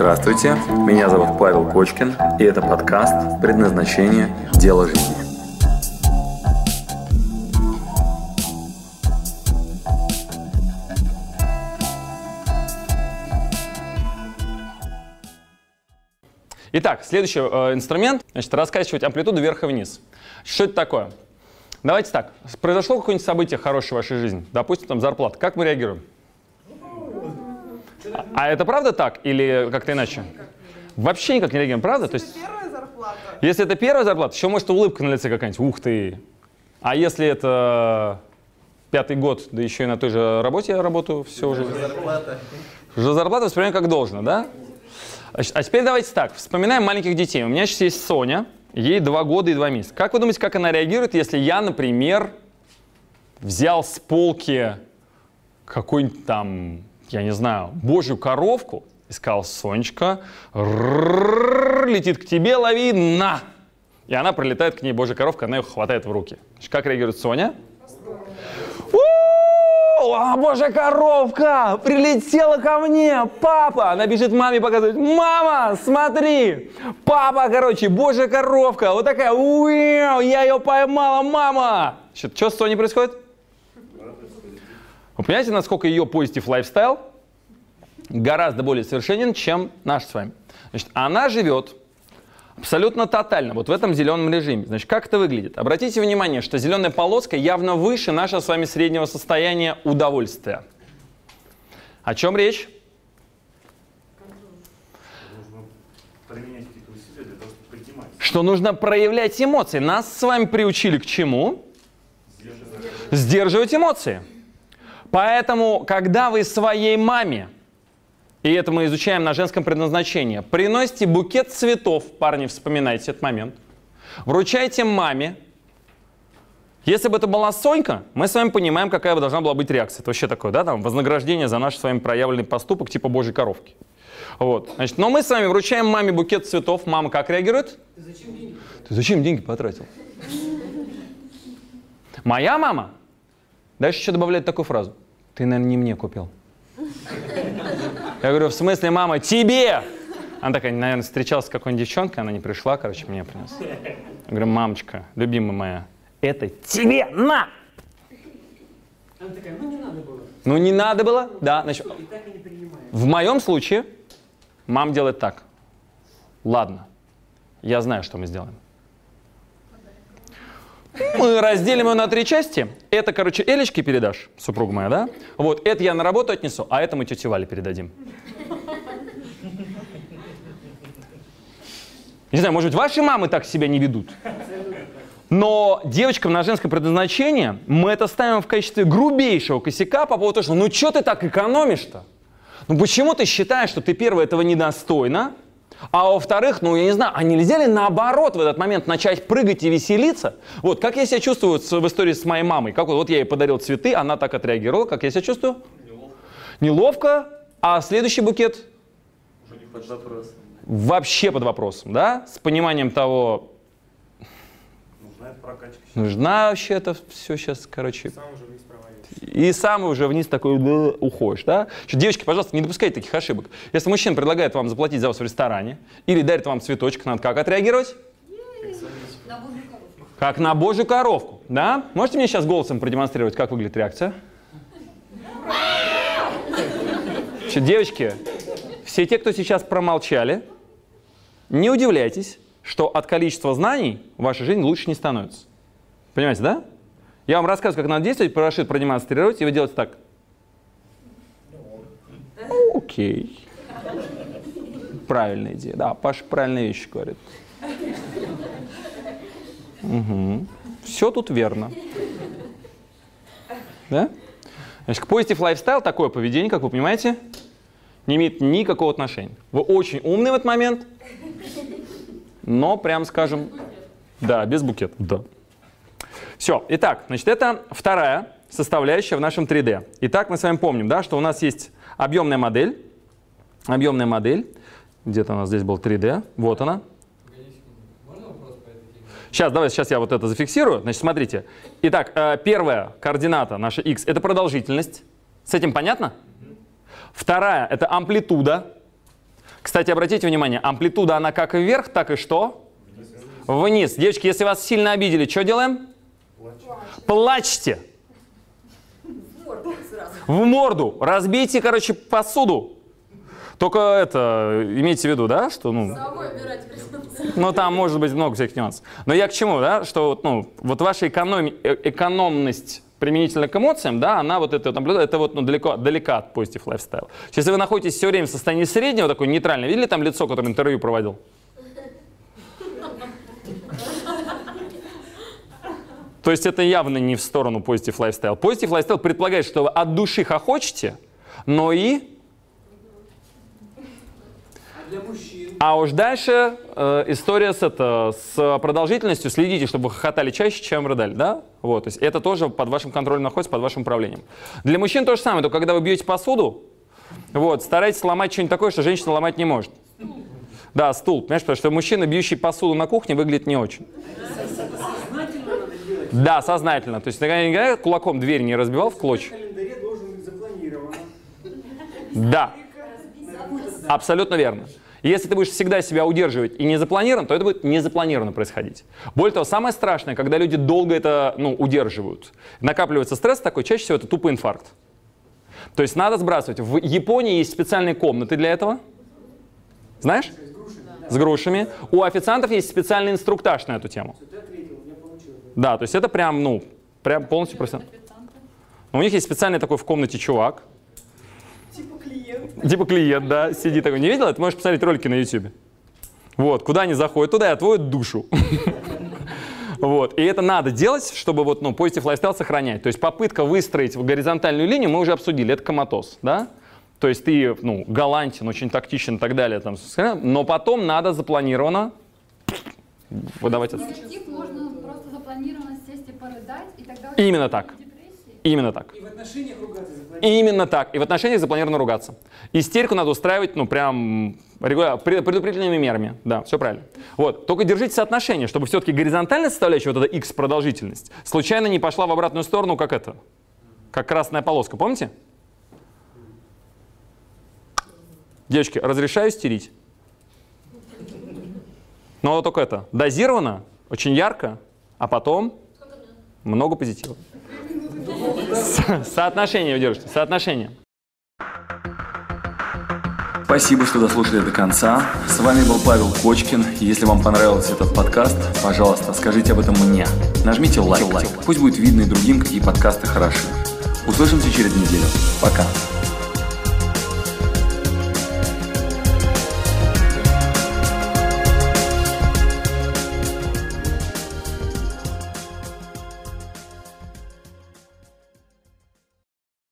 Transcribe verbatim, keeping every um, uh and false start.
Здравствуйте, меня зовут Павел Кочкин, и это подкаст «Предназначение. Дело жизни». Итак, следующий э, инструмент, значит, раскачивать амплитуду вверх и вниз. Что это такое? Давайте так, произошло какое-нибудь событие хорошее в вашей жизни, допустим, там зарплата, как мы реагируем? А, а это правда так или как-то иначе? Вообще никак не реагируем, правда? То есть, первая зарплата. Если это первая зарплата, еще может улыбка на лице какая-нибудь, ух ты. А если это пятый год, да еще и на той же работе я работаю, все уже. Зарплата. Уже зарплата воспринимаем как должно, да? А теперь давайте так, вспоминаем маленьких детей. У меня сейчас есть Соня, ей два года и два месяца. Как вы думаете, как она реагирует, если я, например, взял с полки какой-нибудь там, я не знаю, божью коровку и сказал: Сонечка, летит к тебе, лови, на! И она прилетает к ней, божья коровка, она ее хватает в руки. Как реагирует Соня? А, божья коровка прилетела ко мне, папа! Она бежит маме показывает: мама, смотри! Папа, короче, божья коровка, вот такая, уяу, я ее поймала, мама! Что, что с Соней происходит? Вы понимаете, насколько ее позитив лайфстайл гораздо более совершенен, чем наш с вами? Значит, она живет абсолютно тотально, вот в этом зеленом режиме. Значит, как это выглядит? Обратите внимание, что зеленая полоска явно выше нашего с вами среднего состояния удовольствия. О чем речь? Нужно применять какие-то усилия для того, чтобы прийти мать. Что нужно проявлять эмоции. Нас с вами приучили к чему? Сдерживать. Сдерживать эмоции. Поэтому, когда вы своей маме, и это мы изучаем на женском предназначении, приносите букет цветов, парни, вспоминайте этот момент, вручайте маме. Если бы это была Сонька, мы с вами понимаем, какая бы должна была быть реакция. Это вообще такое, да, там, вознаграждение за наш с вами проявленный поступок типа божьей коровки. Вот. Значит, но мы с вами вручаем маме букет цветов. Мама как реагирует? Ты зачем деньги? Ты зачем деньги потратил? Моя мама дальше еще добавляет такую фразу: ты, наверное, не мне купил. Я говорю: в смысле, мама, тебе? Она такая, наверное, встречалась с какой-нибудь девчонкой, она не пришла, короче, мне принес. Я говорю: мамочка, любимая моя, это тебе, на! Она такая: ну не надо было. Ну не надо было? Да, значит, И так и не принимаем. в моем случае мама делает так. Ладно, я знаю, что мы сделаем. Мы разделим ее на три части. Это, короче, Элечке передашь, супруга моя, да? Вот, это я на работу отнесу, а это мы тете Вале передадим. Не знаю, может быть, ваши мамы так себя не ведут. Но девочкам на женское предназначение мы это ставим в качестве грубейшего косяка по поводу того, что ну что ты так экономишь-то? Ну почему ты считаешь, что ты, первое, этого недостойна? А во-вторых, ну я не знаю, а нельзя ли наоборот в этот момент начать прыгать и веселиться? Вот, как я себя чувствую в истории с моей мамой? Как вот, вот я ей подарил цветы, она так отреагировала. Как я себя чувствую? Неловко. Неловко. А следующий букет? Уже не под вопросом. Вообще под вопросом, да? С пониманием того, Нужна эта прокачка. нужна вообще это все сейчас, короче. Сам уже вниз провалился. И сам уже вниз такой да, уходишь, да? Что, девочки, пожалуйста, не допускайте таких ошибок. Если мужчина предлагает вам заплатить за вас в ресторане или дарит вам цветочек, надо как отреагировать? На божью коровку. Как на божью коровку, да? Можете мне сейчас голосом продемонстрировать, как выглядит реакция? Что, девочки, все те, кто сейчас промолчали, не удивляйтесь, что от количества знаний в вашей жизни лучше не становится. Понимаете, да? Я вам рассказываю, как надо действовать, прошу продемонстрировать, и вы делаете так. Окей. Правильная идея. Да, Паша правильные вещи говорит. Угу. Все тут верно. Да? Значит, к Positive Lifestyle такое поведение, как вы понимаете, не имеет никакого отношения. Вы очень умный в этот момент, но, прям скажем, да, без букета. Да. Все. Итак, значит, это вторая составляющая в нашем три дэ. Итак, мы с вами помним, да, что у нас есть объемная модель. Объемная модель. Где-то у нас здесь был три дэ. Вот она. Сейчас, давайте, сейчас я вот это зафиксирую. Значит, смотрите. Итак, первая координата наша x – это продолжительность. С этим понятно? Вторая – это амплитуда. Кстати, обратите внимание, амплитуда, она как вверх, так и что? Вниз. Девочки, если вас сильно обидели, что делаем? Плачьте. В морду. Разбейте, короче, посуду. Только это, имейте в виду, да, что, ну... Ну, там может быть много всяких нюансов. Но я к чему, да, что, ну, вот ваша экономи- экономность применительно к эмоциям, да, она вот это, вот, это вот, ну, далеко, далека от positive lifestyle. Если вы находитесь все время в состоянии среднего, такой нейтральный, видели там лицо, которое интервью проводил? То есть это явно не в сторону positive lifestyle. Positive lifestyle предполагает, что вы от души хохочете, но и... Для мужчин. А уж дальше э, история с, это, с продолжительностью. Следите, чтобы вы хохотали чаще, чем рыдали, да? Вот, то есть это тоже под вашим контролем находится, под вашим управлением. Для мужчин то же самое, только когда вы бьете посуду, вот, старайтесь сломать что-нибудь такое, что женщина ломать не может. Да, стул, понимаешь, потому что мужчина, бьющий посуду на кухне, выглядит не очень. Сознательно надо делать. Да, сознательно. То есть никогда кулаком дверь не разбивал в клочья. В календаре должен быть запланировано. Да, абсолютно верно. Если ты будешь всегда себя удерживать и не запланирован, то это будет незапланированно происходить. Более того, самое страшное, когда люди долго это, ну, удерживают. Накапливается стресс такой, чаще всего это тупой инфаркт. То есть надо сбрасывать. В Японии есть специальные комнаты для этого. Знаешь? С грушами. У официантов есть специальный инструктаж на эту тему. Да, то есть это прям, ну, прям полностью профессионально. У них есть специальный такой в комнате чувак. Типа клиент. Типа клиент, да, сидит такой. Не видела? Ты можешь посмотреть ролики на ютубе. Вот, куда они заходят, туда и отводят душу. Вот, и это надо делать, чтобы вот, ну, positive lifestyle сохранять. То есть попытка выстроить горизонтальную линию мы уже обсудили, это коматоз, да? То есть ты, ну, галантен, очень тактичен и так далее, там, но потом надо запланированно выдавать это. Негатив можно просто запланированно сесть и порыдать, и тогда... Именно так. Именно так. И в отношениях ругаться запланировано. Именно так. И в отношениях запланировано ругаться. Истерику надо устраивать, ну, прям регулярно, предупредительными мерами. Да, все правильно. Вот. Только держите соотношение, чтобы все-таки горизонтальная составляющая, вот эта X продолжительность, случайно не пошла в обратную сторону, как это. Как красная полоска. Помните? Девочки, разрешаю истерить. Но только это. Дозировано, очень ярко, а потом много позитива. Соотношение вы держите. Соотношение. Спасибо, что дослушали до конца. С вами был Павел Кочкин. Если вам понравился этот подкаст, пожалуйста, скажите об этом мне. Нажмите лайк. Пусть будет видно и другим, какие подкасты хороши. Услышимся через неделю. Пока.